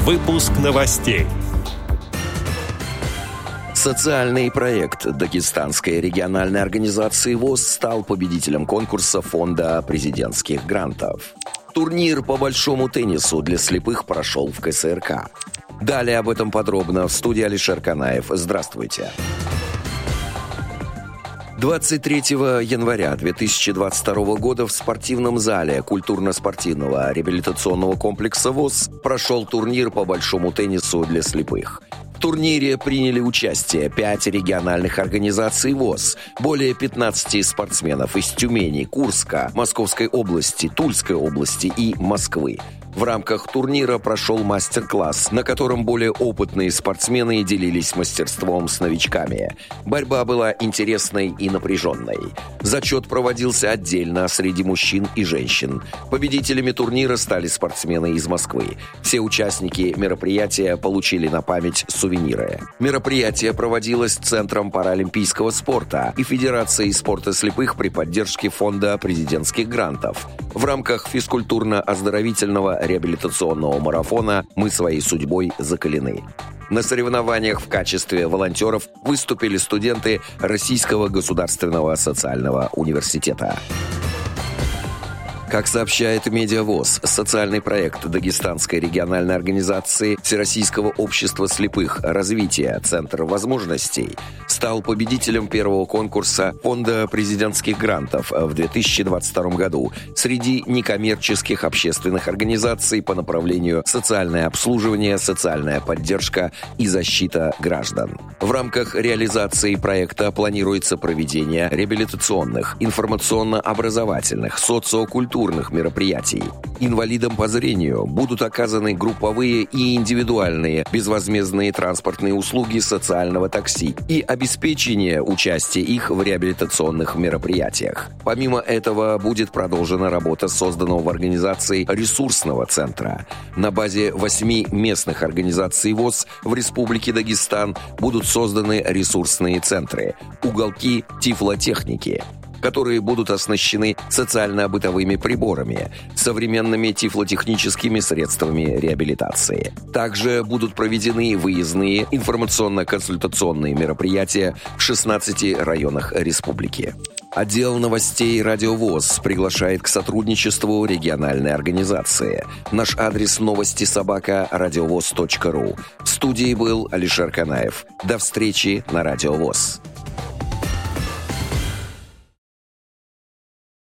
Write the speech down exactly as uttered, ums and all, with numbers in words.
Выпуск новостей. Социальный проект Дагестанской региональной организации ВОС стал победителем конкурса Фонда президентских грантов. Турнир по большому теннису для слепых прошел в ка эс эр ка. Далее об этом подробно в студии Алишер Канаев. Здравствуйте. двадцать третьего января две тысячи двадцать второго года в спортивном зале культурно-спортивного реабилитационного комплекса ВОС прошел турнир по большому теннису для слепых. В турнире приняли участие пять региональных организаций ВОС, более пятнадцати спортсменов из Тюмени, Курска, Московской области, Тульской области и Москвы. В рамках турнира прошел мастер-класс, на котором более опытные спортсмены делились мастерством с новичками. Борьба была интересной и напряженной. Зачет проводился отдельно среди мужчин и женщин. Победителями турнира стали спортсмены из Москвы. Все участники мероприятия получили на память сувениры. Мероприятие проводилось Центром паралимпийского спорта и Федерацией спорта слепых при поддержке Фонда президентских грантов. В рамках физкультурно-оздоровительного реабилитационного марафона «Мы своей судьбой закалены». На соревнованиях в качестве волонтеров выступили студенты Российского государственного социального университета. Как сообщает Медиавоз, социальный проект Дагестанской региональной организации Всероссийского общества слепых «Развитие. Центр возможностей» стал победителем первого конкурса Фонда президентских грантов в две тысячи двадцать втором году среди некоммерческих общественных организаций по направлению социальное обслуживание, социальная поддержка и защита граждан. В рамках реализации проекта планируется проведение реабилитационных, информационно-образовательных, социокультурных мероприятий. Инвалидам по зрению будут оказаны групповые и индивидуальные безвозмездные транспортные услуги социального такси и обеспечение участия их в реабилитационных мероприятиях. Помимо этого будет продолжена работа созданного в организации ресурсного центра. На базе восьми местных организаций ВОС в Республике Дагестан будут созданы ресурсные центры, уголки тифлотехники, которые будут оснащены социально-бытовыми приборами, современными тифлотехническими средствами реабилитации. Также будут проведены выездные информационно-консультационные мероприятия в шестнадцати районах республики. Отдел новостей «Радиовоз» приглашает к сотрудничеству региональной организации. Наш адрес новости собака радиовоз точка ру. В студии был Алишер Канаев. До встречи на «Радиовоз».